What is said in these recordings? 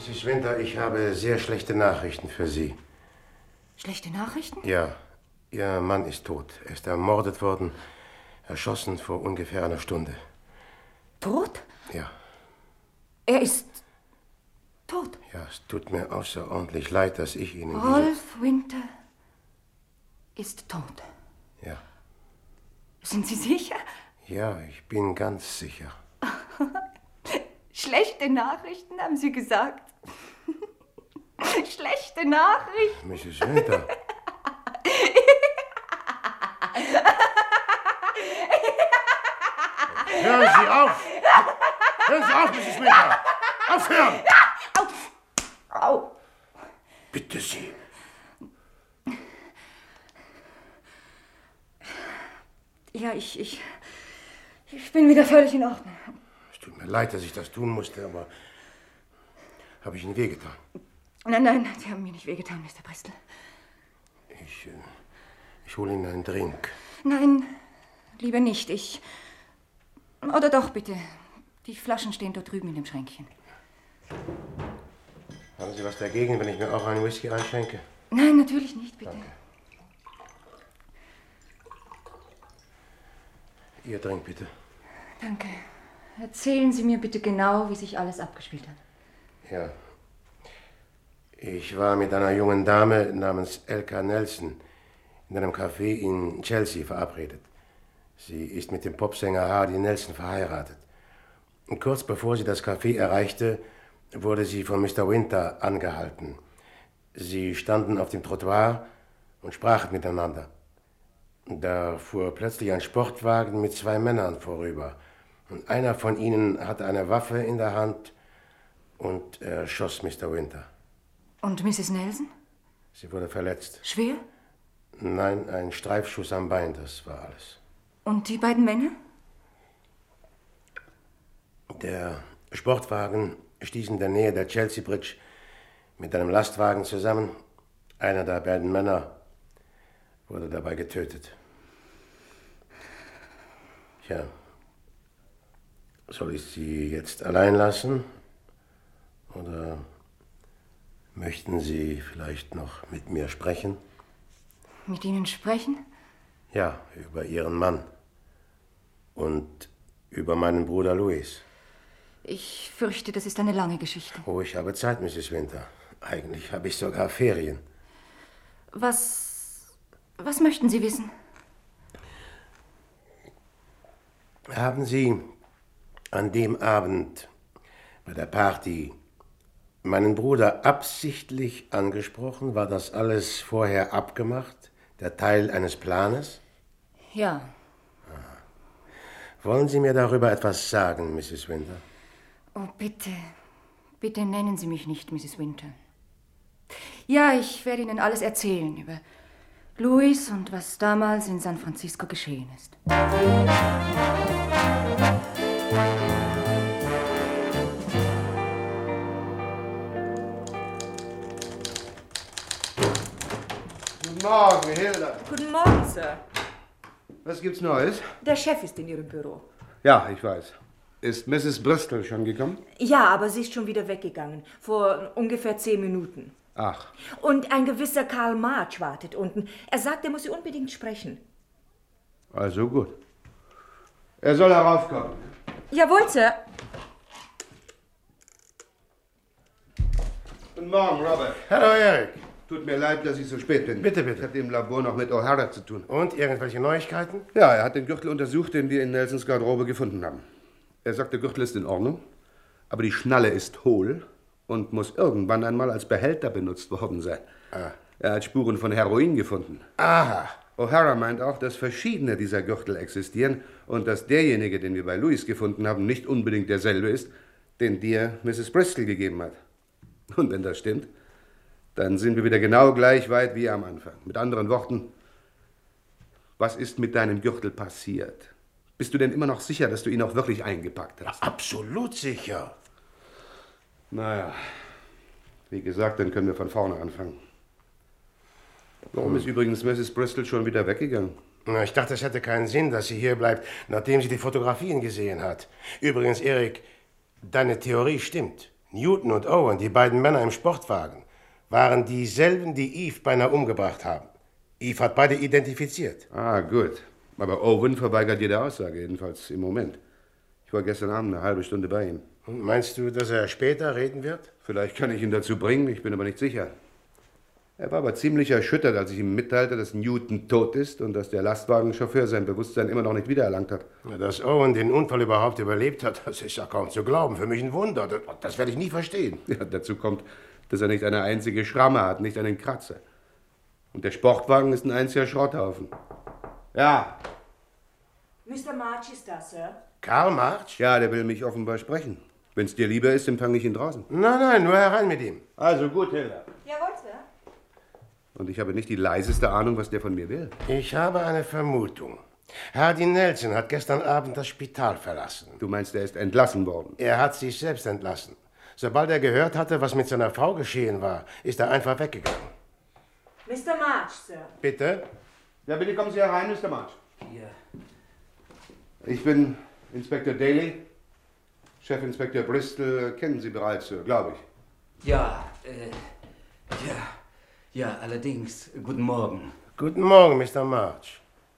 Mrs. Winter, ich habe sehr schlechte Nachrichten für Sie. Schlechte Nachrichten? Ja, Ihr Mann ist tot. Er ist ermordet worden, erschossen vor ungefähr einer Stunde. Tot? Ja. Er ist tot? Ja, es tut mir außerordentlich leid, dass ich Ihnen... Rolf Winter ist tot. Ja. Sind Sie sicher? Ja, ich bin ganz sicher. Schlechte Nachrichten, haben Sie gesagt. Schlechte Nachrichten. Mrs. Winter. Hören Sie auf! Hören Sie auf, Mrs. Winter! Aufhören! Au! Bitte Sie. Ja, ich bin wieder völlig in Ordnung. Es tut mir leid, dass ich das tun musste, aber habe ich Ihnen wehgetan? Nein, Sie haben mir nicht wehgetan, Mr. Bristol. Ich hole Ihnen einen Drink. Nein, lieber nicht. Oder doch, bitte. Die Flaschen stehen dort drüben in dem Schränkchen. Haben Sie was dagegen, wenn ich mir auch einen Whisky einschenke? Nein, natürlich nicht, bitte. Danke. Ihr Drink, bitte. Danke. Erzählen Sie mir bitte genau, wie sich alles abgespielt hat. Ja. Ich war mit einer jungen Dame namens Elka Nelson in einem Café in Chelsea verabredet. Sie ist mit dem Popsänger Hardy Nelson verheiratet. Und kurz bevor sie das Café erreichte, wurde sie von Mr. Winter angehalten. Sie standen auf dem Trottoir und sprachen miteinander. Da fuhr plötzlich ein Sportwagen mit 2 Männern vorüber. Und einer von ihnen hatte eine Waffe in der Hand und erschoss Mr. Winter. Und Mrs. Nelson? Sie wurde verletzt. Schwer? Nein, ein Streifschuss am Bein, das war alles. Und die beiden Männer? Der Sportwagen stieß in der Nähe der Chelsea Bridge mit einem Lastwagen zusammen. Einer der beiden Männer wurde dabei getötet. Tja, soll ich Sie jetzt allein lassen? Oder möchten Sie vielleicht noch mit mir sprechen? Mit Ihnen sprechen? Ja, über Ihren Mann. Und über meinen Bruder Louis. Ich fürchte, das ist eine lange Geschichte. Oh, ich habe Zeit, Mrs. Winter. Eigentlich habe ich sogar Ferien. Was möchten Sie wissen? Haben Sie an dem Abend bei der Party meinen Bruder absichtlich angesprochen? War das alles vorher abgemacht? Der Teil eines Planes? Ja. Wollen Sie mir darüber etwas sagen, Mrs. Winter? Oh, bitte. Bitte nennen Sie mich nicht Mrs. Winter. Ja, ich werde Ihnen alles erzählen über Louis und was damals in San Francisco geschehen ist. Guten Morgen, Hilda. Guten Morgen, Sir. Was gibt's Neues? Der Chef ist in Ihrem Büro. Ja, ich weiß. Ist Mrs. Bristol schon gekommen? Ja, aber sie ist schon wieder weggegangen. Vor ungefähr 10 Minuten. Ach. Und ein gewisser Karl March wartet unten. Er sagt, er muss Sie unbedingt sprechen. Also gut. Er soll heraufkommen. Jawohl, Sir. Guten Morgen, Robert. Hallo, Eric. Tut mir leid, dass ich so spät bin. Bitte, bitte. Ich hatte im Labor noch mit O'Hara zu tun. Und irgendwelche Neuigkeiten? Ja, er hat den Gürtel untersucht, den wir in Nelsons Garderobe gefunden haben. Er sagt, der Gürtel ist in Ordnung, aber die Schnalle ist hohl und muss irgendwann einmal als Behälter benutzt worden sein. Ah. Er hat Spuren von Heroin gefunden. Aha. O'Hara meint auch, dass verschiedene dieser Gürtel existieren und dass derjenige, den wir bei Louis gefunden haben, nicht unbedingt derselbe ist, den dir Mrs. Bristol gegeben hat. Und wenn das stimmt, dann sind wir wieder genau gleich weit wie am Anfang. Mit anderen Worten, was ist mit deinem Gürtel passiert? Bist du denn immer noch sicher, dass du ihn auch wirklich eingepackt hast? Ja, absolut sicher. Naja, wie gesagt, dann können wir von vorne anfangen. Warum ist übrigens Mrs. Bristol schon wieder weggegangen? Na, ich dachte, es hätte keinen Sinn, dass sie hier bleibt, nachdem sie die Fotografien gesehen hat. Übrigens, Erik, deine Theorie stimmt. Newton und Owen, die beiden Männer im Sportwagen, waren dieselben, die Eve beinahe umgebracht haben. Eve hat beide identifiziert. Ah, gut. Aber Owen verweigert jede Aussage, jedenfalls im Moment. Ich war gestern Abend eine halbe Stunde bei ihm. Und meinst du, dass er später reden wird? Vielleicht kann ich ihn dazu bringen, ich bin aber nicht sicher. Er war aber ziemlich erschüttert, als ich ihm mitteilte, dass Newton tot ist und dass der Lastwagenchauffeur sein Bewusstsein immer noch nicht wiedererlangt hat. Dass Owen den Unfall überhaupt überlebt hat, das ist ja kaum zu glauben. Für mich ein Wunder. Das werde ich nie verstehen. Ja, dazu kommt, dass er nicht eine einzige Schramme hat, nicht einen Kratzer. Und der Sportwagen ist ein einziger Schrotthaufen. Ja. Mr. March ist da, Sir. Karl March? Ja, der will mich offenbar sprechen. Wenn es dir lieber ist, empfange ich ihn draußen. Nein, nur herein mit ihm. Also gut, Hilda. Jawohl, Sir. Und ich habe nicht die leiseste Ahnung, was der von mir will. Ich habe eine Vermutung. Hardy Nelson hat gestern Abend das Spital verlassen. Du meinst, er ist entlassen worden? Er hat sich selbst entlassen. Sobald er gehört hatte, was mit seiner Frau geschehen war, ist er einfach weggegangen. Mr. March, Sir. Bitte? Ja, bitte kommen Sie herein, Mr. March. Hier. Ich bin Inspektor Daly. Chefinspektor Bristol kennen Sie bereits, glaube ich. Ja, ja, allerdings. Guten Morgen. Guten Morgen, Mr. March.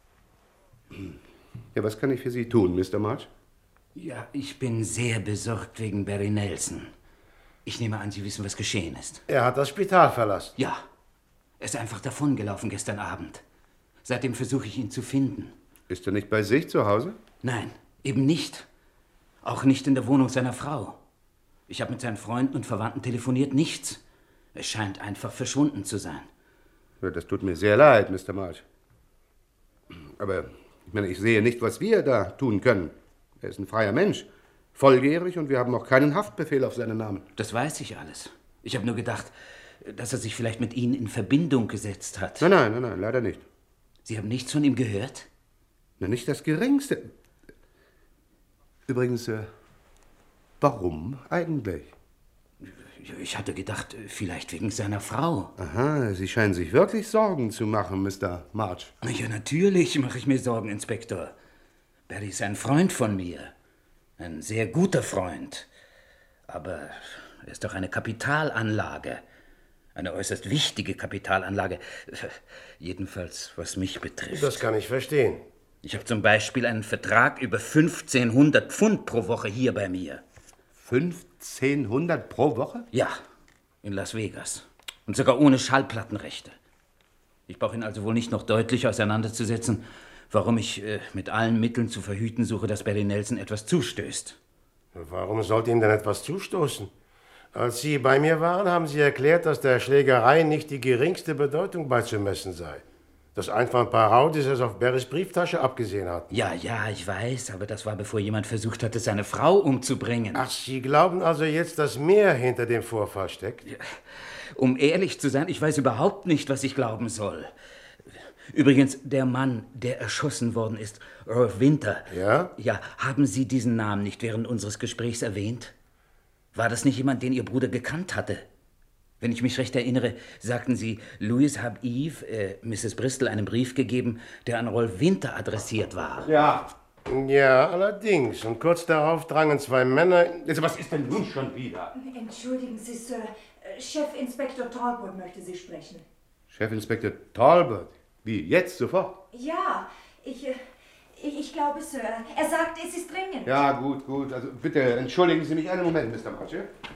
Ja, was kann ich für Sie tun, Mr. March? Ja, ich bin sehr besorgt wegen Barry Nelson. Ich nehme an, Sie wissen, was geschehen ist. Er hat das Spital verlassen. Ja, er ist einfach davongelaufen gestern Abend. Seitdem versuche ich ihn zu finden. Ist er nicht bei sich zu Hause? Nein, eben nicht. Auch nicht in der Wohnung seiner Frau. Ich habe mit seinen Freunden und Verwandten telefoniert, nichts. Es scheint einfach verschwunden zu sein. Ja, das tut mir sehr leid, Mr. March. Aber ich sehe nicht, was wir da tun können. Er ist ein freier Mensch, volljährig und wir haben auch keinen Haftbefehl auf seinen Namen. Das weiß ich alles. Ich habe nur gedacht, dass er sich vielleicht mit Ihnen in Verbindung gesetzt hat. Nein, leider nicht. Sie haben nichts von ihm gehört? Na, nicht das Geringste. Übrigens, warum eigentlich? Ich hatte gedacht, vielleicht wegen seiner Frau. Aha, Sie scheinen sich wirklich Sorgen zu machen, Mr. March. Ja, natürlich mache ich mir Sorgen, Inspektor. Barry ist ein Freund von mir. Ein sehr guter Freund. Aber er ist doch eine Kapitalanlage. Eine äußerst wichtige Kapitalanlage. Jedenfalls, was mich betrifft. Das kann ich verstehen. Ich habe zum Beispiel einen Vertrag über 1500 Pfund pro Woche hier bei mir. 1500 pro Woche? Ja, in Las Vegas. Und sogar ohne Schallplattenrechte. Ich brauche ihn also wohl nicht noch deutlich auseinanderzusetzen, warum ich mit allen Mitteln zu verhüten suche, dass Barry Nelson etwas zustößt. Warum sollte ihm denn etwas zustoßen? Als Sie bei mir waren, haben Sie erklärt, dass der Schlägerei nicht die geringste Bedeutung beizumessen sei. Dass einfach ein paar Rowdies es auf Barrys Brieftasche abgesehen hatten. Ja, ich weiß, aber das war, bevor jemand versucht hatte, seine Frau umzubringen. Ach, Sie glauben also jetzt, dass mehr hinter dem Vorfall steckt? Ja, um ehrlich zu sein, ich weiß überhaupt nicht, was ich glauben soll. Übrigens, der Mann, der erschossen worden ist, Rolf Winter. Ja? Ja, haben Sie diesen Namen nicht während unseres Gesprächs erwähnt? War das nicht jemand, den Ihr Bruder gekannt hatte? Wenn ich mich recht erinnere, sagten Sie, Louis habe Eve, Mrs. Bristol, einen Brief gegeben, der an Rolf Winter adressiert war. Ja. Ja, allerdings. Und kurz darauf drangen zwei Männer... Also, was ist denn nun schon wieder? Entschuldigen Sie, Sir. Chefinspektor Talbot möchte Sie sprechen. Chefinspektor Talbot? Wie, jetzt, sofort? Ja, ich glaube, Sir. Er sagt, es ist dringend. Ja, gut. Also, bitte, entschuldigen Sie mich einen Moment, Mr. March.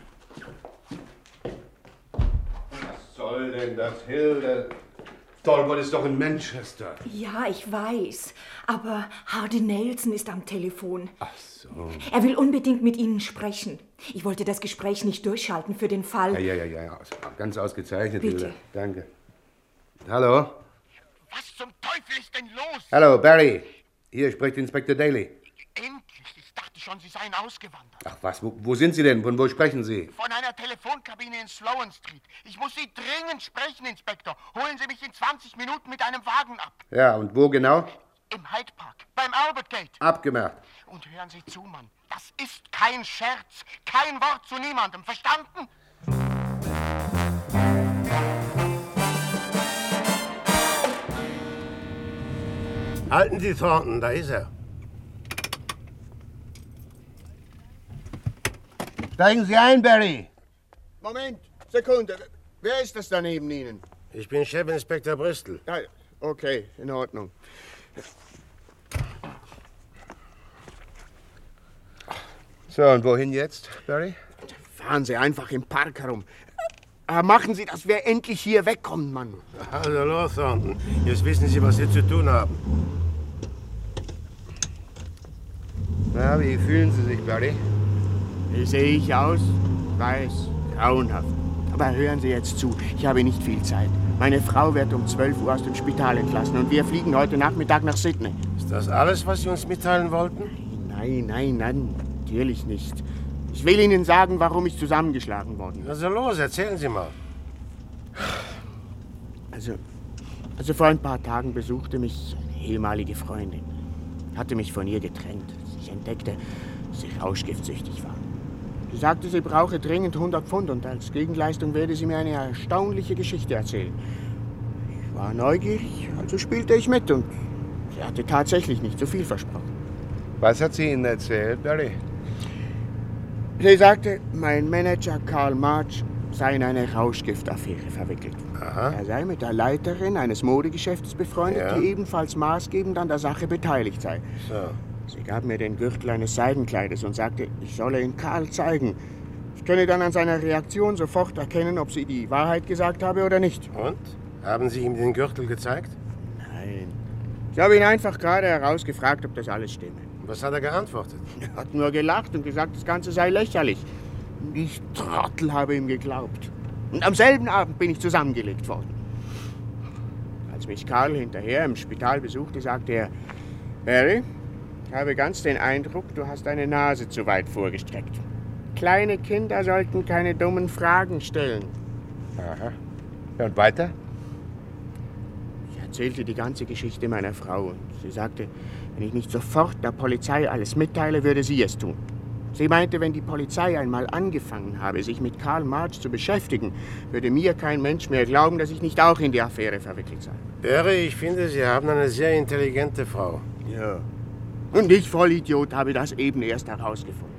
Was soll denn das, Hilde? Talbot ist doch in Manchester. Ja, ich weiß. Aber Hardy Nelson ist am Telefon. Ach so. Er will unbedingt mit Ihnen sprechen. Ich wollte das Gespräch nicht durchschalten für den Fall. Ja. Ganz ausgezeichnet, Bitte. Hilde. Danke. Hallo? Was zum Teufel ist denn los? Hallo, Barry. Hier spricht Inspektor Daly. Endlich! Ich dachte schon, Sie seien ausgewandert. Ach was, wo sind Sie denn? Von wo sprechen Sie? Von einer Telefonkabine in Sloan Street. Ich muss Sie dringend sprechen, Inspektor. Holen Sie mich in 20 Minuten mit einem Wagen ab. Ja, und wo genau? Im Hyde Park, beim Albert Gate. Abgemacht. Und hören Sie zu, Mann. Das ist kein Scherz. Kein Wort zu niemandem. Verstanden? Halten Sie, Thornton, da ist er. Steigen Sie ein, Barry. Moment, Sekunde. Wer ist das da neben Ihnen? Ich bin Chefinspektor Bristol. Ah, okay, in Ordnung. So, und wohin jetzt, Barry? Fahren Sie einfach im Park herum. Machen Sie, dass wir endlich hier wegkommen, Mann. Hallo, Thornton. Jetzt wissen Sie, was Sie zu tun haben. Na, wie fühlen Sie sich, Barry? Wie sehe ich aus? Weiß, grauenhaft. Aber hören Sie jetzt zu, ich habe nicht viel Zeit. Meine Frau wird um 12 Uhr aus dem Spital entlassen und wir fliegen heute Nachmittag nach Sydney. Ist das alles, was Sie uns mitteilen wollten? Nein, natürlich nicht. Ich will Ihnen sagen, warum ich zusammengeschlagen worden bin. Also los, erzählen Sie mal. Also vor ein paar Tagen besuchte mich eine ehemalige Freundin. Hatte mich von ihr getrennt. Ich entdeckte, dass sie rauschgiftsüchtig war. Sie sagte, sie brauche dringend 100 Pfund und als Gegenleistung werde sie mir eine erstaunliche Geschichte erzählen. Ich war neugierig, also spielte ich mit und sie hatte tatsächlich nicht so viel versprochen. Was hat sie Ihnen erzählt, Barry? Sie sagte, mein Manager Karl March sei in eine Rauschgiftaffäre verwickelt. Aha. Er sei mit der Leiterin eines Modegeschäfts befreundet, Ja. die ebenfalls maßgebend an der Sache beteiligt sei. So. Sie gab mir den Gürtel eines Seidenkleides und sagte, ich solle ihn Karl zeigen. Ich könne dann an seiner Reaktion sofort erkennen, ob sie die Wahrheit gesagt habe oder nicht. Und? Haben Sie ihm den Gürtel gezeigt? Nein. Ich habe ihn einfach gerade herausgefragt, ob das alles stimme. Was hat er geantwortet? Er hat nur gelacht und gesagt, das Ganze sei lächerlich. Und ich, Trottel, habe ihm geglaubt. Und am selben Abend bin ich zusammengelegt worden. Als mich Karl hinterher im Spital besuchte, sagte er, Barry, ich habe ganz den Eindruck, du hast deine Nase zu weit vorgestreckt. Kleine Kinder sollten keine dummen Fragen stellen. Aha. Ja, und weiter? Ich erzählte die ganze Geschichte meiner Frau und sie sagte, wenn ich nicht sofort der Polizei alles mitteile, würde sie es tun. Sie meinte, wenn die Polizei einmal angefangen habe, sich mit Karl March zu beschäftigen, würde mir kein Mensch mehr glauben, dass ich nicht auch in die Affäre verwickelt sei. Barry, ich finde, Sie haben eine sehr intelligente Frau. Ja. Und ich, Vollidiot, habe das eben erst herausgefunden.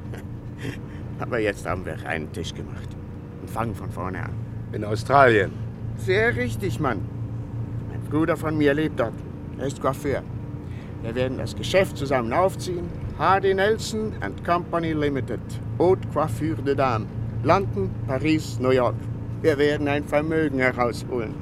Aber jetzt haben wir reinen Tisch gemacht und fangen von vorne an. In Australien. Sehr richtig, Mann. Ein Bruder von mir lebt dort. Er ist Coiffeur. Wir werden das Geschäft zusammen aufziehen. Hardy Nelson and Company Limited. Haute Coiffure de Dame. London, Paris, New York. Wir werden ein Vermögen herausholen.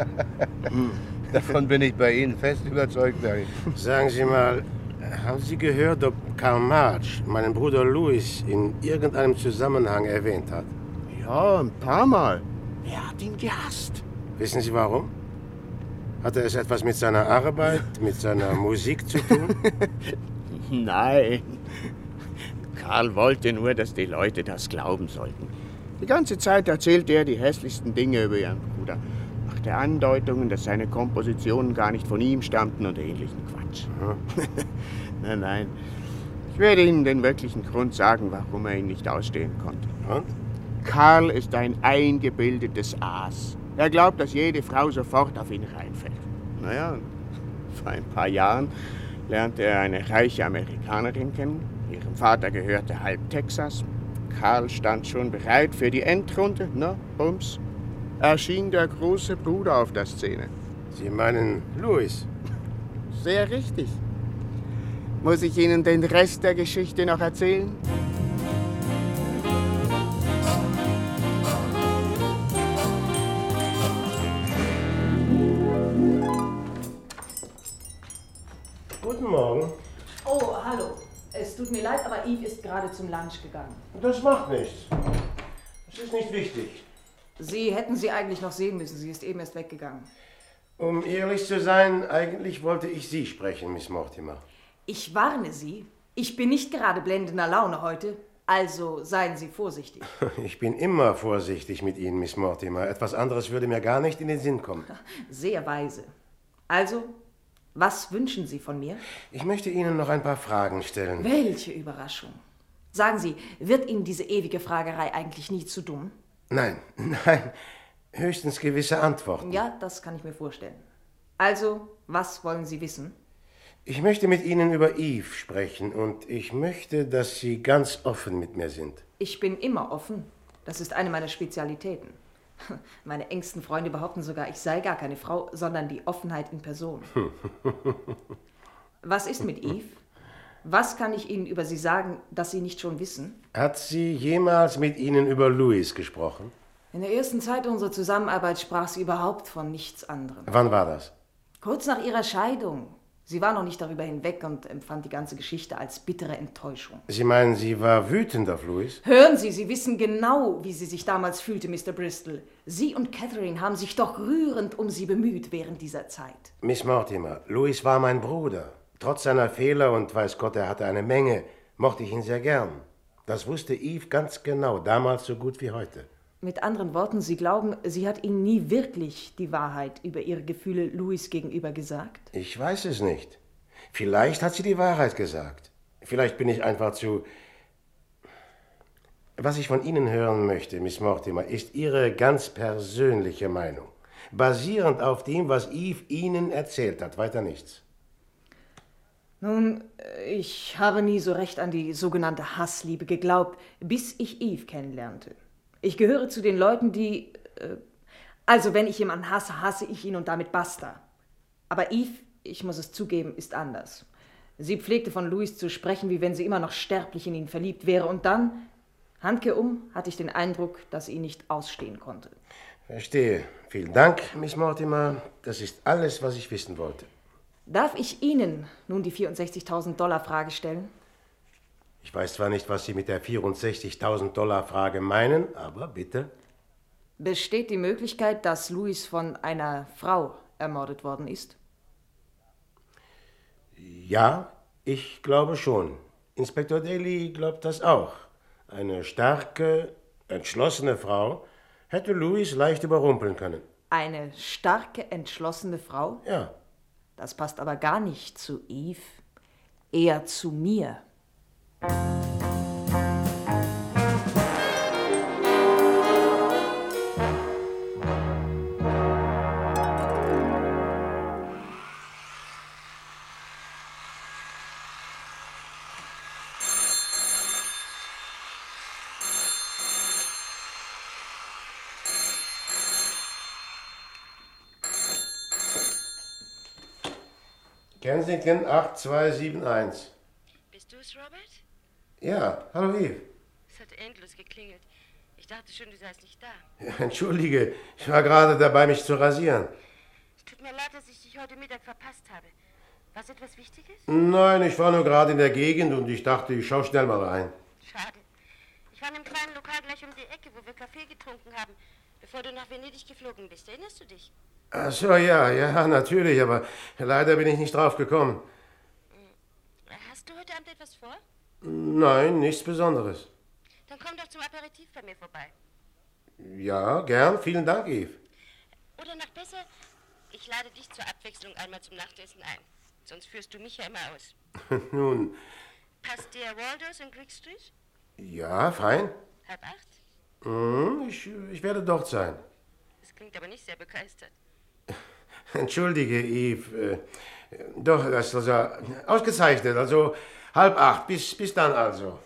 Davon bin ich bei Ihnen fest überzeugt, Barry. Sagen Sie mal, haben Sie gehört, ob Karl March meinen Bruder Louis in irgendeinem Zusammenhang erwähnt hat? Ja, ein paar Mal. Er hat ihn gehasst. Wissen Sie warum? Hatte es etwas mit seiner Arbeit, mit seiner Musik zu tun? Nein. Karl wollte nur, dass die Leute das glauben sollten. Die ganze Zeit erzählte er die hässlichsten Dinge über ihren Bruder. Machte Andeutungen, dass seine Kompositionen gar nicht von ihm stammten und ähnlichen Quatsch. Nein. Ich werde Ihnen den wirklichen Grund sagen, warum er ihn nicht ausstehen konnte. Und? Karl ist ein eingebildetes Aas. Er glaubt, dass jede Frau sofort auf ihn reinfällt. Naja, vor ein paar Jahren lernte er eine reiche Amerikanerin kennen. Ihrem Vater gehörte halb Texas. Karl stand schon bereit für die Endrunde. Na, bums, erschien der große Bruder auf der Szene. Sie meinen Louis? Sehr richtig. Muss ich Ihnen den Rest der Geschichte noch erzählen? Guten Morgen. Oh, hallo. Es tut mir leid, aber Eve ist gerade zum Lunch gegangen. Das macht nichts. Das ist nicht wichtig. Sie hätten sie eigentlich noch sehen müssen. Sie ist eben erst weggegangen. Um ehrlich zu sein, eigentlich wollte ich Sie sprechen, Miss Mortimer. Ich warne Sie. Ich bin nicht gerade blendender Laune heute. Also seien Sie vorsichtig. Ich bin immer vorsichtig mit Ihnen, Miss Mortimer. Etwas anderes würde mir gar nicht in den Sinn kommen. Sehr weise. Also, was wünschen Sie von mir? Ich möchte Ihnen noch ein paar Fragen stellen. Welche Überraschung. Sagen Sie, wird Ihnen diese ewige Fragerei eigentlich nie zu dumm? Nein. Höchstens gewisse Antworten. Ja, das kann ich mir vorstellen. Also, was wollen Sie wissen? Ich möchte mit Ihnen über Eve sprechen und ich möchte, dass Sie ganz offen mit mir sind. Ich bin immer offen. Das ist eine meiner Spezialitäten. Meine engsten Freunde behaupten sogar, ich sei gar keine Frau, sondern die Offenheit in Person. Was ist mit Eve? Was kann ich Ihnen über sie sagen, das Sie nicht schon wissen? Hat sie jemals mit Ihnen über Louis gesprochen? In der ersten Zeit unserer Zusammenarbeit sprach sie überhaupt von nichts anderem. Wann war das? Kurz nach ihrer Scheidung. Sie war noch nicht darüber hinweg und empfand die ganze Geschichte als bittere Enttäuschung. Sie meinen, sie war wütend auf Louis? Hören Sie, Sie wissen genau, wie sie sich damals fühlte, Mr. Bristol. Sie und Catherine haben sich doch rührend um sie bemüht während dieser Zeit. Miss Mortimer, Louis war mein Bruder. Trotz seiner Fehler und weiß Gott, er hatte eine Menge, mochte ich ihn sehr gern. Das wusste Eve ganz genau, damals so gut wie heute. Mit anderen Worten, Sie glauben, sie hat Ihnen nie wirklich die Wahrheit über ihre Gefühle Louis gegenüber gesagt? Ich weiß es nicht. Vielleicht hat sie die Wahrheit gesagt. Vielleicht bin ich einfach zu... Was ich von Ihnen hören möchte, Miss Mortimer, ist Ihre ganz persönliche Meinung. Basierend auf dem, was Eve Ihnen erzählt hat, weiter nichts. Nun, ich habe nie so recht an die sogenannte Hassliebe geglaubt, bis ich Eve kennenlernte. Ich gehöre zu den Leuten, die... Also, wenn ich jemanden hasse, hasse ich ihn und damit basta. Aber Eve, ich muss es zugeben, ist anders. Sie pflegte von Louis zu sprechen, wie wenn sie immer noch sterblich in ihn verliebt wäre. Und dann, handkehrum, hatte ich den Eindruck, dass sie ihn nicht ausstehen konnte. Verstehe. Vielen Dank, Miss Mortimer. Das ist alles, was ich wissen wollte. Darf ich Ihnen nun die 64.000 $ Frage stellen? Ich weiß zwar nicht, was Sie mit der 64.000 $ Frage meinen, aber bitte. Besteht die Möglichkeit, dass Louis von einer Frau ermordet worden ist? Ja, ich glaube schon. Inspektor Daly glaubt das auch. Eine starke, entschlossene Frau hätte Louis leicht überrumpeln können. Eine starke, entschlossene Frau? Ja. Das passt aber gar nicht zu Eve, eher zu mir. Kensington 8271. Bist du's, Robert? Ja, hallo Eve. Es hat endlos geklingelt. Ich dachte schon, du seist nicht da. Ja, entschuldige, ich war gerade dabei, mich zu rasieren. Es tut mir leid, dass ich dich heute Mittag verpasst habe. War es etwas Wichtiges? Nein, ich war nur gerade in der Gegend und ich dachte, ich schau schnell mal rein. Schade. Ich war in einem kleinen Lokal gleich um die Ecke, wo wir Kaffee getrunken haben, bevor du nach Venedig geflogen bist. Erinnerst du dich? Ach so, ja, natürlich, aber leider bin ich nicht drauf gekommen. Hast du heute Abend etwas vor? Nein, nichts Besonderes. Dann komm doch zum Aperitif bei mir vorbei. Ja, gern. Vielen Dank, Eve. Oder noch besser, ich lade dich zur Abwechslung einmal zum Nachtessen ein. Sonst führst du mich ja immer aus. Nun, Passt dir Waldo's in Greek Street? ja, fein. 7:30? Ich werde dort sein. Das klingt aber nicht sehr begeistert. Entschuldige, Eve. Doch, das ist also ausgezeichnet. Also 7:30. Bis dann also.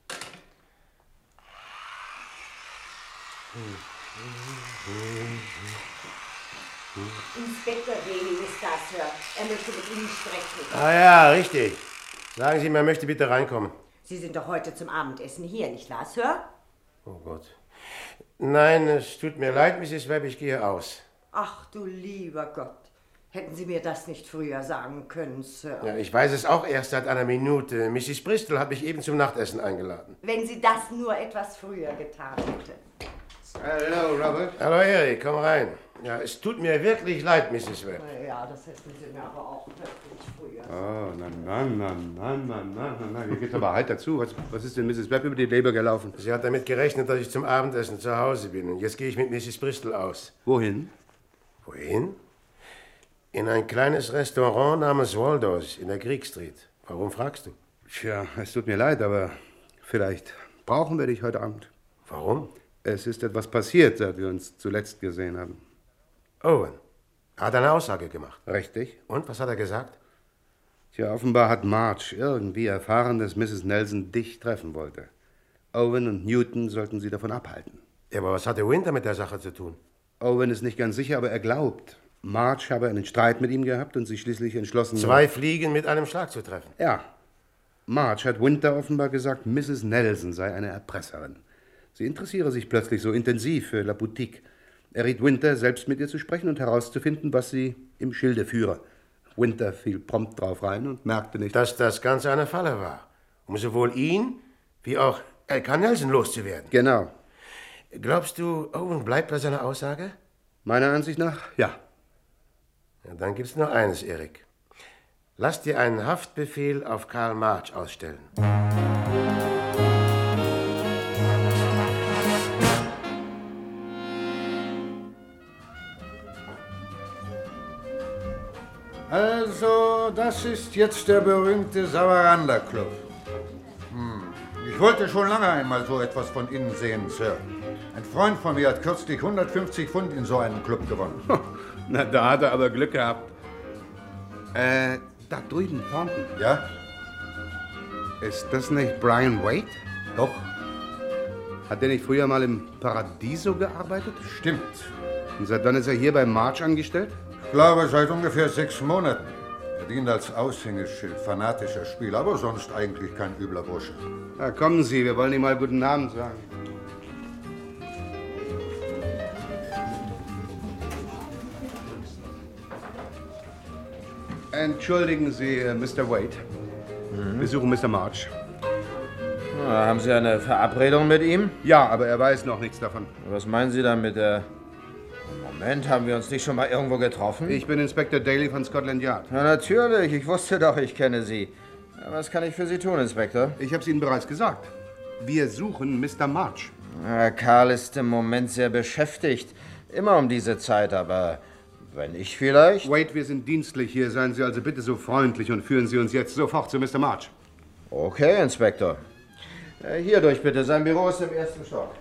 Inspektor Daly ist da, Sir. Er möchte mit Ihnen sprechen. Ah ja, richtig. Sagen Sie, man möchte bitte reinkommen. Sie sind doch heute zum Abendessen hier, nicht wahr, Sir? Oh Gott. Nein, es tut mir leid, Mrs. Webb, ich gehe aus. Ach du lieber Gott. Hätten Sie mir das nicht früher sagen können, Sir? Ja, ich weiß es auch erst seit einer Minute. Mrs. Bristol hat mich eben zum Nachtessen eingeladen. Wenn Sie das nur etwas früher getan hätte. Hallo, Robert. Hallo, Eric, komm rein. Ja, es tut mir wirklich leid, Mrs. Webb. Ja, das hätten Sie mir aber auch wirklich früher. Oh, na. Hier geht's aber halt dazu. Was ist denn Mrs. Webb über die Leber gelaufen? Sie hat damit gerechnet, dass ich zum Abendessen zu Hause bin. Und jetzt gehe ich mit Mrs. Bristol aus. Wohin? Wohin? In ein kleines Restaurant namens Waldo's in der Greek Street. Warum fragst du? Tja, es tut mir leid, aber vielleicht brauchen wir dich heute Abend. Warum? Es ist etwas passiert, seit wir uns zuletzt gesehen haben. Owen. Er hat eine Aussage gemacht. Richtig? Und, was hat er gesagt? Tja, offenbar hat Marge irgendwie erfahren, dass Mrs. Nelson dich treffen wollte. Owen und Newton sollten Sie davon abhalten. Ja, aber was hatte Winter mit der Sache zu tun? Owen ist nicht ganz sicher, aber er glaubt, Marge habe einen Streit mit ihm gehabt und sich schließlich entschlossen... 2 Fliegen mit einem Schlag zu treffen. Ja. Marge hat Winter offenbar gesagt, Mrs. Nelson sei eine Erpresserin. Sie interessiere sich plötzlich so intensiv für La Boutique. Er riet Winter, selbst mit ihr zu sprechen und herauszufinden, was sie im Schilde führe. Winter fiel prompt drauf rein und merkte nicht, dass das Ganze eine Falle war, um sowohl ihn wie auch L.K. Nelson loszuwerden. Genau. Glaubst du, Owen bleibt bei seiner Aussage? Meiner Ansicht nach, ja. Ja, dann gibt's nur eines, Erik. Lass dir einen Haftbefehl auf Karl March ausstellen. Also, das ist jetzt der berühmte Savaranda Club. Ich wollte schon lange einmal so etwas von innen sehen, Sir. Ein Freund von mir hat kürzlich 150 Pfund in so einem Club gewonnen. Na, da hat er aber Glück gehabt. Da drüben, Thornton. Ja? Ist das nicht Brian Wade? Doch. Hat der nicht früher mal im Paradiso gearbeitet? Stimmt. Und seit wann ist er hier bei March angestellt? Ich glaube, seit ungefähr 6 Monaten. Er dient als Aushängeschild, fanatischer Spieler, aber sonst eigentlich kein übler Bursche. Na, kommen Sie, wir wollen ihm mal guten Abend sagen. Entschuldigen Sie, Mr. Wade. Wir suchen Mr. March. Haben Sie eine Verabredung mit ihm? Ja, aber er weiß noch nichts davon. Was meinen Sie dann mit der... Moment, haben wir uns nicht schon mal irgendwo getroffen? Ich bin Inspektor Daly von Scotland Yard. Na natürlich, ich wusste doch, ich kenne Sie. Was kann ich für Sie tun, Inspektor? Ich habe es Ihnen bereits gesagt. Wir suchen Mr. March. Karl ist im Moment sehr beschäftigt. Immer um diese Zeit, aber wenn ich vielleicht... Wade, wir sind dienstlich hier. Seien Sie also bitte so freundlich und führen Sie uns jetzt sofort zu Mr. March. Okay, Inspektor. Hierdurch bitte. Sein Büro ist im 1. Stock.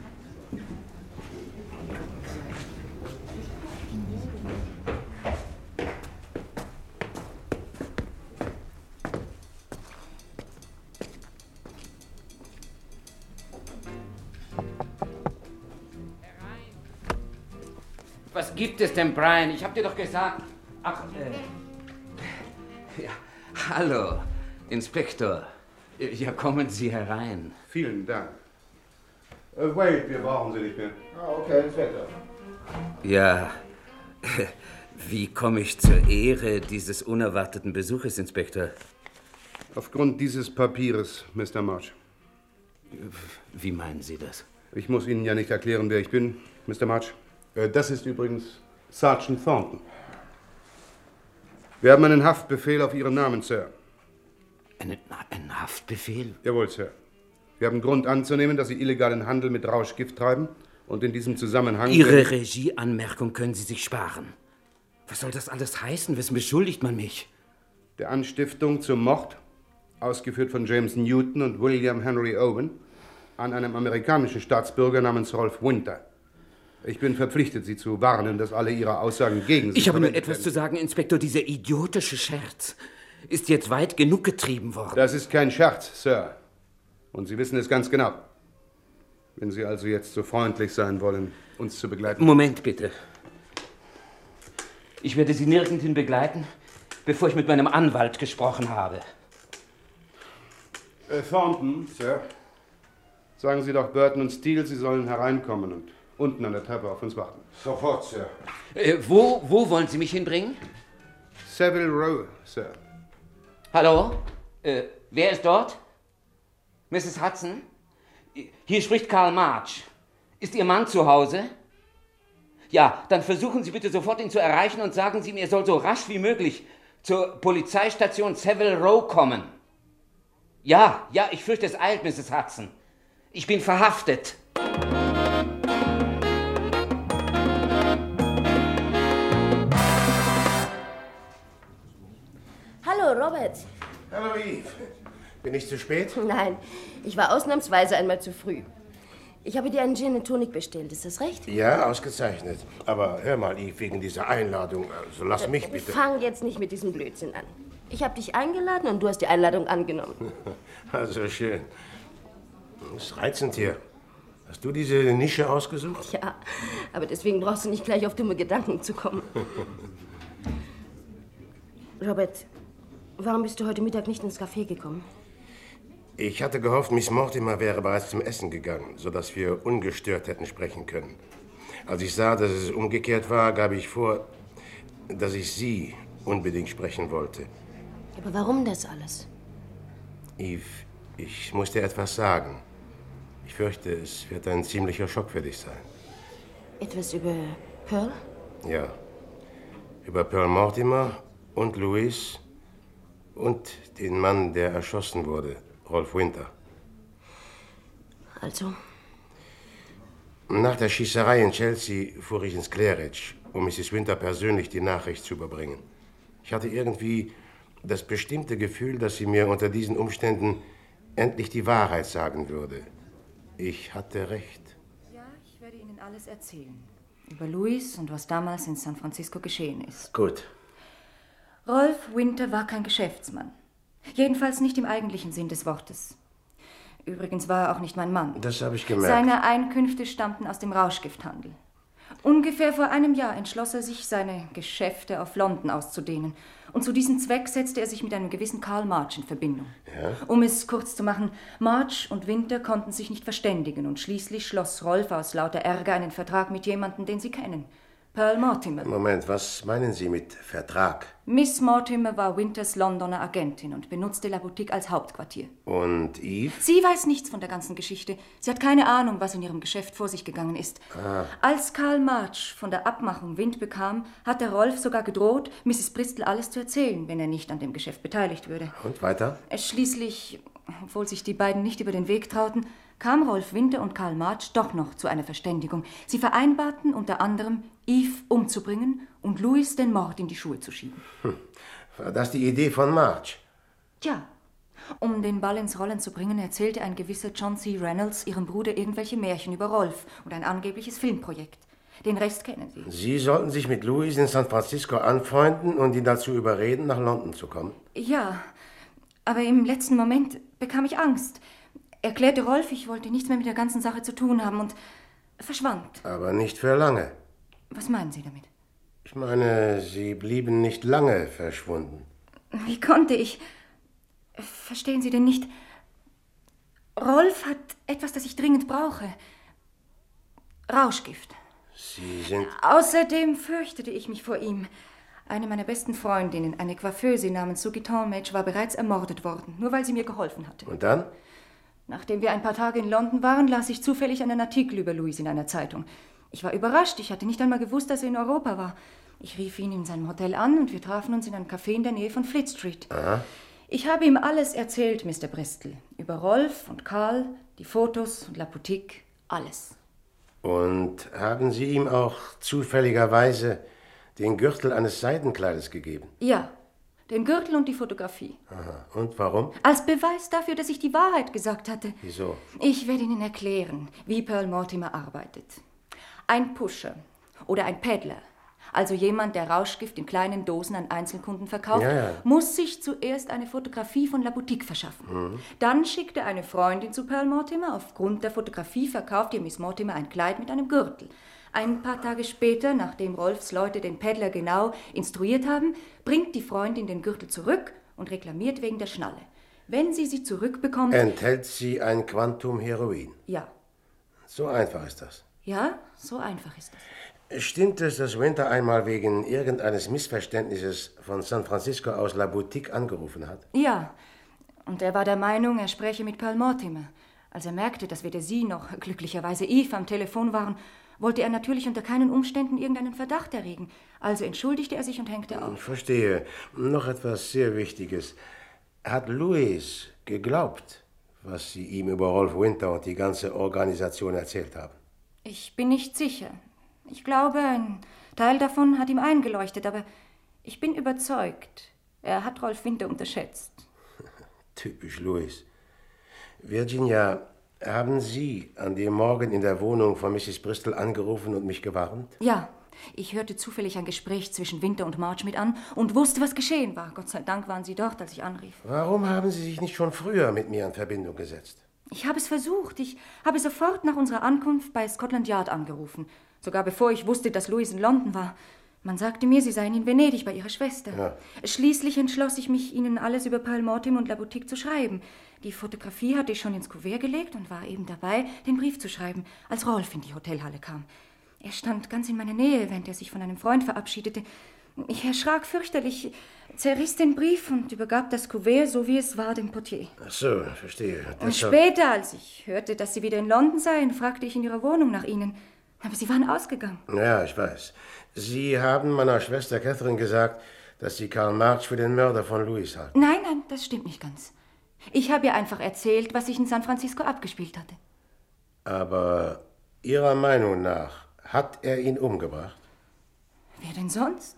Was gibt es denn, Brian? Ich hab dir doch gesagt... Ach, Ja, hallo, Inspektor. Ja, kommen Sie herein. Vielen Dank. Wade, wir brauchen Sie nicht mehr. Okay, Inspektor. Ja, wie komme ich zur Ehre dieses unerwarteten Besuches, Inspektor? Aufgrund dieses Papiers, Mr. March. Wie meinen Sie das? Ich muss Ihnen ja nicht erklären, wer ich bin, Mr. March. Das ist übrigens Sergeant Thornton. Wir haben einen Haftbefehl auf Ihren Namen, Sir. Ein Haftbefehl? Jawohl, Sir. Wir haben Grund anzunehmen, dass Sie illegalen Handel mit Rauschgift treiben und in diesem Zusammenhang... Ihre Regieanmerkung können Sie sich sparen. Was soll das alles heißen? Wessen beschuldigt man mich? Der Anstiftung zum Mord, ausgeführt von James Newton und William Henry Owen, an einem amerikanischen Staatsbürger namens Rolf Winter. Ich bin verpflichtet, Sie zu warnen, dass alle Ihre Aussagen gegen Sie... Ich habe nur etwas zu sagen, Inspektor. Dieser idiotische Scherz ist jetzt weit genug getrieben worden. Das ist kein Scherz, Sir. Und Sie wissen es ganz genau. Wenn Sie also jetzt so freundlich sein wollen, uns zu begleiten... Moment, bitte. Ich werde Sie nirgendhin begleiten, bevor ich mit meinem Anwalt gesprochen habe. Thornton, Sir. Sagen Sie doch Burton und Steele, Sie sollen hereinkommen und unten an der Treppe auf uns warten. Sofort, Sir. Wo wollen Sie mich hinbringen? Savile Row, Sir. Hallo? Wer ist dort? Mrs. Hudson? Hier spricht Karl March. Ist Ihr Mann zu Hause? Ja, dann versuchen Sie bitte sofort, ihn zu erreichen und sagen Sie ihm, er soll so rasch wie möglich zur Polizeistation Savile Row kommen. Ja, ich fürchte, es eilt, Mrs. Hudson. Ich bin verhaftet. Hallo, Robert. Hallo, Eve. Bin ich zu spät? Nein, ich war ausnahmsweise einmal zu früh. Ich habe dir einen Gin and Tonic bestellt, ist das recht? Ja, ausgezeichnet. Aber hör mal, Eve, wegen dieser Einladung, also lass mich bitte... Fang jetzt nicht mit diesem Blödsinn an. Ich habe dich eingeladen und du hast die Einladung angenommen. Also schön. Das ist reizend hier. Hast du diese Nische ausgesucht? Ja, aber deswegen brauchst du nicht gleich auf dumme Gedanken zu kommen. Robert, warum bist du heute Mittag nicht ins Café gekommen? Ich hatte gehofft, Miss Mortimer wäre bereits zum Essen gegangen, sodass wir ungestört hätten sprechen können. Als ich sah, dass es umgekehrt war, gab ich vor, dass ich Sie unbedingt sprechen wollte. Aber warum das alles? Eve, ich muss dir etwas sagen. Ich fürchte, es wird ein ziemlicher Schock für dich sein. Etwas über Pearl? Ja. Über Pearl Mortimer und Louis und den Mann, der erschossen wurde, Rolf Winter. Also? Nach der Schießerei in Chelsea fuhr ich ins Claridge, um Mrs. Winter persönlich die Nachricht zu überbringen. Ich hatte irgendwie das bestimmte Gefühl, dass sie mir unter diesen Umständen endlich die Wahrheit sagen würde. Ich hatte recht. Ja, ich werde Ihnen alles erzählen. Über Louis und was damals in San Francisco geschehen ist. Gut. Rolf Winter war kein Geschäftsmann. Jedenfalls nicht im eigentlichen Sinn des Wortes. Übrigens war er auch nicht mein Mann. Das habe ich gemerkt. Seine Einkünfte stammten aus dem Rauschgifthandel. Ungefähr vor einem Jahr entschloss er sich, seine Geschäfte auf London auszudehnen. Und zu diesem Zweck setzte er sich mit einem gewissen Karl March in Verbindung. Ja? Um es kurz zu machen, March und Winter konnten sich nicht verständigen und schließlich schloss Rolf aus lauter Ärger einen Vertrag mit jemandem, den sie kennen. Pearl Mortimer. Moment, was meinen Sie mit Vertrag? Miss Mortimer war Winters Londoner Agentin und benutzte La Boutique als Hauptquartier. Und Eve? Sie weiß nichts von der ganzen Geschichte. Sie hat keine Ahnung, was in ihrem Geschäft vor sich gegangen ist. Als Karl March von der Abmachung Wind bekam, hat der Rolf sogar gedroht, Mrs. Bristol alles zu erzählen, wenn er nicht an dem Geschäft beteiligt würde. Und weiter? Schließlich, obwohl sich die beiden nicht über den Weg trauten, kam Rolf Winter und Karl March doch noch zu einer Verständigung. Sie vereinbarten unter anderem, Eve umzubringen und Louis den Mord in die Schuhe zu schieben. War das die Idee von March? Tja, um den Ball ins Rollen zu bringen, erzählte ein gewisser John C. Reynolds ihrem Bruder irgendwelche Märchen über Rolf und ein angebliches Filmprojekt. Den Rest kennen Sie. Sie sollten sich mit Louis in San Francisco anfreunden und ihn dazu überreden, nach London zu kommen? Ja, aber im letzten Moment bekam ich Angst. Erklärte Rolf, ich wollte nichts mehr mit der ganzen Sache zu tun haben und verschwand. Aber nicht für lange. Was meinen Sie damit? Ich meine, Sie blieben nicht lange verschwunden. Wie konnte ich? Verstehen Sie denn nicht? Rolf hat etwas, das ich dringend brauche. Rauschgift. Sie sind... Außerdem fürchtete ich mich vor ihm. Eine meiner besten Freundinnen, eine Coiffeuse namens Suki Talmadge, war bereits ermordet worden, nur weil sie mir geholfen hatte. Und dann? Nachdem wir ein paar Tage in London waren, las ich zufällig einen Artikel über Louis in einer Zeitung. Ich war überrascht, ich hatte nicht einmal gewusst, dass er in Europa war. Ich rief ihn in seinem Hotel an und wir trafen uns in einem Café in der Nähe von Fleet Street. Aha. Ich habe ihm alles erzählt, Mr. Bristol. Über Rolf und Karl, die Fotos und La Boutique, alles. Und haben Sie ihm auch zufälligerweise den Gürtel eines Seidenkleides gegeben? Ja, den Gürtel und die Fotografie. Aha. Und warum? Als Beweis dafür, dass ich die Wahrheit gesagt hatte. Wieso? Ich werde Ihnen erklären, wie Pearl Mortimer arbeitet. Ein Pusher oder ein Peddler, also jemand, der Rauschgift in kleinen Dosen an Einzelkunden verkauft, muss sich zuerst eine Fotografie von La Boutique verschaffen. Dann schickt er eine Freundin zu Pearl Mortimer. Aufgrund der Fotografie verkauft ihr Miss Mortimer ein Kleid mit einem Gürtel. Ein paar Tage später, nachdem Rolfs Leute den Peddler genau instruiert haben, bringt die Freundin den Gürtel zurück und reklamiert wegen der Schnalle. Wenn sie zurückbekommt... Enthält sie ein Quantum Heroin? Ja. So einfach ist das. Ja, so einfach ist das. Stimmt es, dass Winter einmal wegen irgendeines Missverständnisses von San Francisco aus La Boutique angerufen hat? Ja, und er war der Meinung, er spreche mit Pearl Mortimer. Als er merkte, dass weder sie noch glücklicherweise Eve am Telefon waren, wollte er natürlich unter keinen Umständen irgendeinen Verdacht erregen. Also entschuldigte er sich und hängte auf. Ich verstehe. Noch etwas sehr Wichtiges. Hat Louis geglaubt, was Sie ihm über Rolf Winter und die ganze Organisation erzählt haben? Ich bin nicht sicher. Ich glaube, ein Teil davon hat ihm eingeleuchtet, aber ich bin überzeugt, er hat Rolf Winter unterschätzt. Typisch Louis. Virginia, haben Sie an dem Morgen in der Wohnung von Mrs. Bristol angerufen und mich gewarnt? Ja, ich hörte zufällig ein Gespräch zwischen Winter und March mit an und wusste, was geschehen war. Gott sei Dank waren Sie dort, als ich anrief. Warum haben Sie sich nicht schon früher mit mir in Verbindung gesetzt? Ich habe es versucht. Ich habe sofort nach unserer Ankunft bei Scotland Yard angerufen. Sogar bevor ich wusste, dass Louis in London war. Man sagte mir, sie seien in Venedig bei ihrer Schwester. Ja. Schließlich entschloss ich mich, ihnen alles über Pearl Mortimer und La Boutique zu schreiben. Die Fotografie hatte ich schon ins Kuvert gelegt und war eben dabei, den Brief zu schreiben, als Rolf in die Hotelhalle kam. Er stand ganz in meiner Nähe, während er sich von einem Freund verabschiedete. Ich erschrak fürchterlich, zerriss den Brief und übergab das Kuvert, so wie es war, dem Portier. Ach so, verstehe. Und später, als ich hörte, dass Sie wieder in London seien, fragte ich in Ihrer Wohnung nach Ihnen. Aber Sie waren ausgegangen. Ja, ich weiß. Sie haben meiner Schwester Catherine gesagt, dass Sie Karl March für den Mörder von Louis halten. Nein, das stimmt nicht ganz. Ich habe ihr einfach erzählt, was sich in San Francisco abgespielt hatte. Aber Ihrer Meinung nach hat er ihn umgebracht? Wer denn sonst?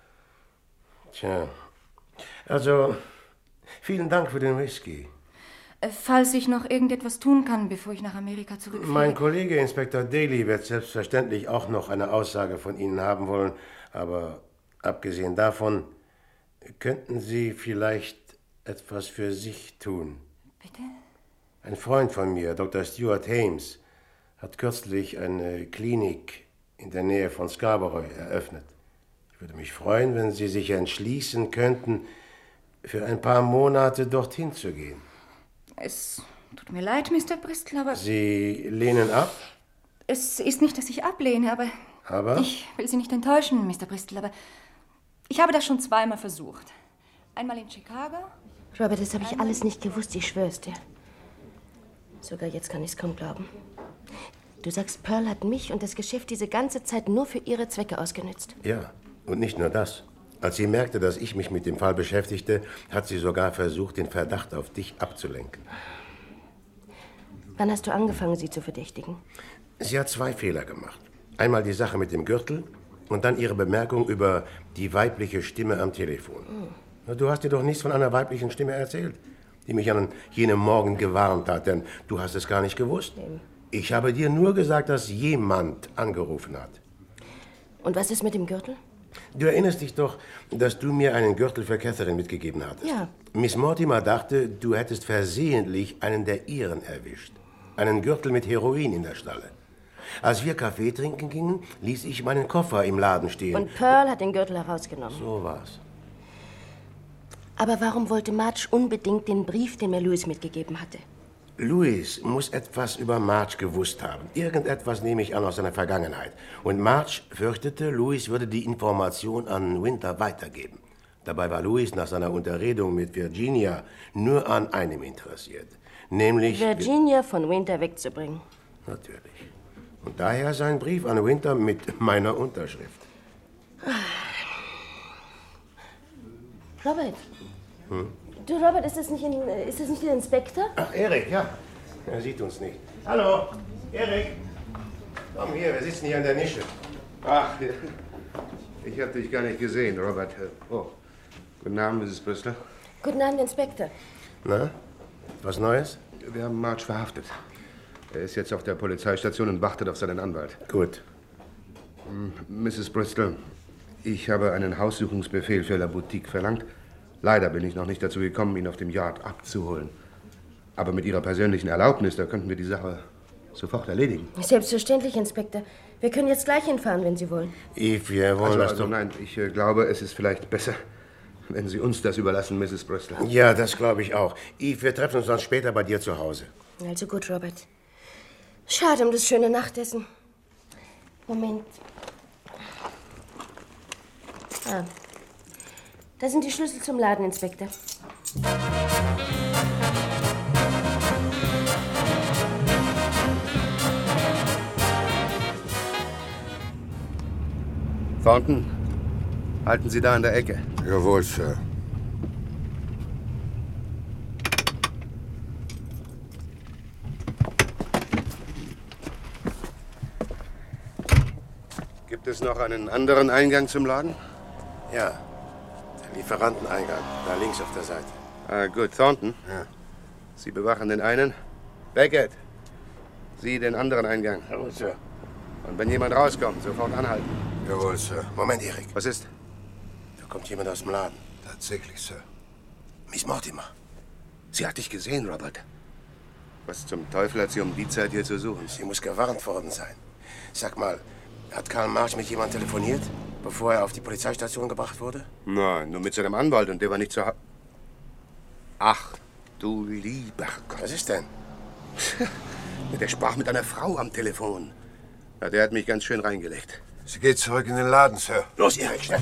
Tja, also vielen Dank für den Whisky. Falls ich noch irgendetwas tun kann, bevor ich nach Amerika zurückfliege. Mein Kollege Inspektor Daly wird selbstverständlich auch noch eine Aussage von Ihnen haben wollen. Aber abgesehen davon, könnten Sie vielleicht etwas für sich tun? Bitte? Ein Freund von mir, Dr. Stuart Hames, hat kürzlich eine Klinik in der Nähe von Scarborough eröffnet. Ich würde mich freuen, wenn Sie sich entschließen könnten, für ein paar Monate dorthin zu gehen. Es tut mir leid, Mr. Bristol, aber... Sie lehnen ab? Es ist nicht, dass ich ablehne, aber... Aber? Ich will Sie nicht enttäuschen, Mr. Bristol, aber... Ich habe das schon zweimal versucht. Einmal in Chicago. Robert, das habe ich alles nicht gewusst, ich schwör's dir. Sogar jetzt kann ich's kaum glauben. Du sagst, Pearl hat mich und das Geschäft diese ganze Zeit nur für ihre Zwecke ausgenützt. Ja, und nicht nur das. Als sie merkte, dass ich mich mit dem Fall beschäftigte, hat sie sogar versucht, den Verdacht auf dich abzulenken. Wann hast du angefangen, sie zu verdächtigen? Sie hat 2 Fehler gemacht. Einmal die Sache mit dem Gürtel und dann ihre Bemerkung über die weibliche Stimme am Telefon. Du hast dir doch nichts von einer weiblichen Stimme erzählt, die mich an jenem Morgen gewarnt hat, denn du hast es gar nicht gewusst. Ich habe dir nur gesagt, dass jemand angerufen hat. Und was ist mit dem Gürtel? Du erinnerst dich doch, dass du mir einen Gürtel für Catherine mitgegeben hattest. Ja. Miss Mortimer dachte, du hättest versehentlich einen der ihren erwischt. Einen Gürtel mit Heroin in der Stalle. Als wir Kaffee trinken gingen, ließ ich meinen Koffer im Laden stehen. Und Pearl hat den Gürtel herausgenommen. So war's. Aber warum wollte Marge unbedingt den Brief, den mir Louis mitgegeben hatte? Louis muss etwas über Marge gewusst haben. Irgendetwas nehme ich an aus seiner Vergangenheit. Und Marge fürchtete, Louis würde die Information an Winter weitergeben. Dabei war Louis nach seiner Unterredung mit Virginia nur an einem interessiert. Nämlich... Virginia von Winter wegzubringen. Natürlich. Und daher sein Brief an Winter mit meiner Unterschrift. Robert. Du, Robert, ist das nicht der Inspektor? Ach, Erik, ja. Er sieht uns nicht. Hallo, Erik. Komm hier, wir sitzen hier in der Nische. Ach, ich habe dich gar nicht gesehen, Robert. Oh, guten Abend, Mrs. Bristol. Guten Abend, Inspektor. Na, was Neues? Wir haben Marge verhaftet. Er ist jetzt auf der Polizeistation und wartet auf seinen Anwalt. Gut. Mrs. Bristol, ich habe einen Haussuchungsbefehl für La Boutique verlangt. Leider bin ich noch nicht dazu gekommen, ihn auf dem Yard abzuholen. Aber mit Ihrer persönlichen Erlaubnis, da könnten wir die Sache sofort erledigen. Selbstverständlich, Inspektor. Wir können jetzt gleich hinfahren, wenn Sie wollen. Eve, wir wollen das doch... Nein, ich glaube, es ist vielleicht besser, wenn Sie uns das überlassen, Mrs. Bristol. Ja, das glaube ich auch. Eve, wir treffen uns dann später bei dir zu Hause. Also gut, Robert. Schade um das schöne Nachtessen. Moment. Da sind die Schlüssel zum Laden, Inspektor. Thornton, halten Sie da an der Ecke. Jawohl, Sir. Gibt es noch einen anderen Eingang zum Laden? Ja, der Lieferanteneingang, da links auf der Seite. Gut, Thornton. Ja. Sie bewachen den einen. Beckett, Sie den anderen Eingang. Jawohl, Sir. Und wenn jemand rauskommt, sofort anhalten. Jawohl, Sir. Moment, Erik. Was ist? Da kommt jemand aus dem Laden. Tatsächlich, Sir. Miss Mortimer. Sie hat dich gesehen, Robert. Was zum Teufel hat sie um die Zeit hier zu suchen? Sie muss gewarnt worden sein. Sag mal, hat Karl Marx mit jemandem telefoniert, bevor er auf die Polizeistation gebracht wurde? Nein, nur mit seinem Anwalt und der war nicht zu Hause. Ach, du lieber Gott. Was ist denn? Der sprach mit einer Frau am Telefon. Ja, der hat mich ganz schön reingelegt. Sie geht zurück in den Laden, Sir. Los, Erik, schnell.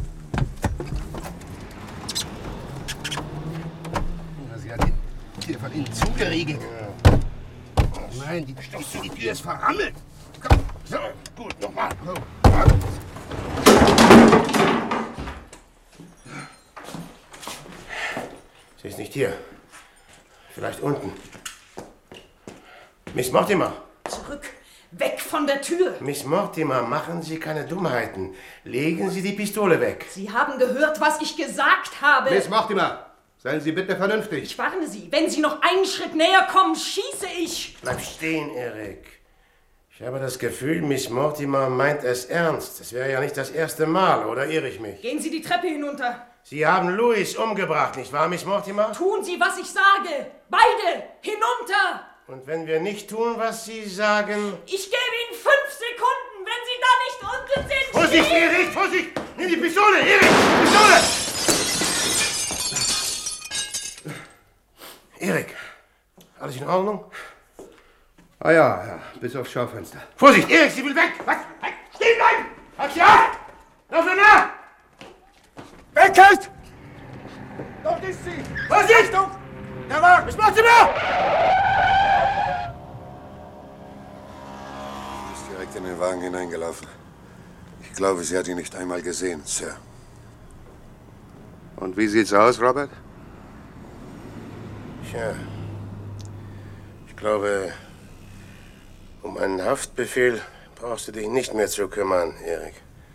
Sie hat hier von innen zugeriegelt. Nein, die Tür ist verrammelt. Komm, so, gut, nochmal. Sie ist nicht hier. Vielleicht unten. Miss Mortimer. Zurück! Weg von der Tür! Miss Mortimer, machen Sie keine Dummheiten. Legen Sie die Pistole weg. Sie haben gehört, was ich gesagt habe. Miss Mortimer, seien Sie bitte vernünftig. Ich warne Sie, wenn Sie noch einen Schritt näher kommen, schieße ich! Bleib stehen, Erik. Ich habe das Gefühl, Miss Mortimer meint es ernst. Es wäre ja nicht das erste Mal, oder irre ich mich? Gehen Sie die Treppe hinunter. Sie haben Louis umgebracht, nicht wahr, Miss Mortimer? Tun Sie, was ich sage! Beide! Hinunter! Und wenn wir nicht tun, was Sie sagen... Ich gebe Ihnen 5 Sekunden, wenn Sie da nicht unten sind! Vorsicht, Erik, Vorsicht! Nimm die Pistole, Erik! Pistole! Erik, alles in Ordnung? Ah ja, bis aufs Schaufenster. Vorsicht, Erik, sie will weg! Was? Weg! Stehen bleiben! Halt sie auf! Lauf ihr nach! Weg ist! Dort ist sie! Vorsicht! Der Wagen! Was macht sie da? Sie ist direkt in den Wagen hineingelaufen. Ich glaube, sie hat ihn nicht einmal gesehen, Sir. Und wie sieht's aus, Robert? Tja, ich glaube, um einen Haftbefehl brauchst du dich nicht mehr zu kümmern, Erik.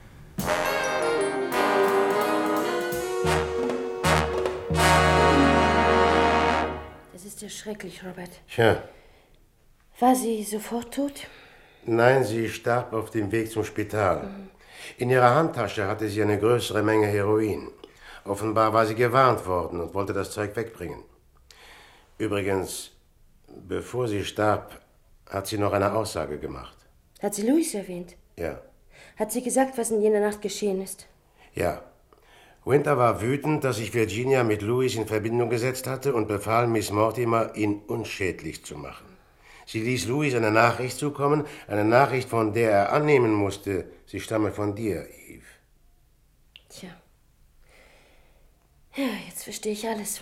Das ist ja schrecklich, Robert. Tja. War sie sofort tot? Nein, sie starb auf dem Weg zum Spital. In ihrer Handtasche hatte sie eine größere Menge Heroin. Offenbar war sie gewarnt worden und wollte das Zeug wegbringen. Übrigens, bevor sie starb, hat sie noch eine Aussage gemacht. Hat sie Louis erwähnt? Ja. Hat sie gesagt, was in jener Nacht geschehen ist? Ja. Winter war wütend, dass sich Virginia mit Louis in Verbindung gesetzt hatte und befahl Miss Mortimer, ihn unschädlich zu machen. Sie ließ Louis eine Nachricht zukommen, eine Nachricht, von der er annehmen musste, sie stamme von dir, Eve. Tja. Ja, jetzt verstehe ich alles.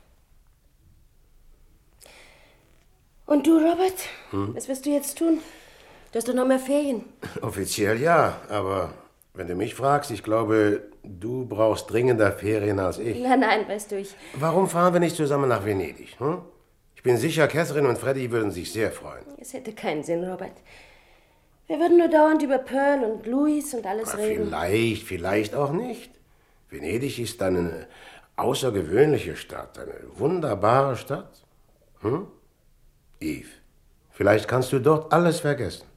Und du, Robert? Was wirst du jetzt tun? Du hast doch noch mehr Ferien. Offiziell ja, aber wenn du mich fragst, ich glaube, du brauchst dringender Ferien als ich. Nein, weißt du, Warum fahren wir nicht zusammen nach Venedig? Ich bin sicher, Catherine und Freddy würden sich sehr freuen. Es hätte keinen Sinn, Robert. Wir würden nur dauernd über Pearl und Louis und alles reden. Vielleicht auch nicht. Venedig ist eine außergewöhnliche Stadt, eine wunderbare Stadt. Eve, vielleicht kannst du dort alles vergessen.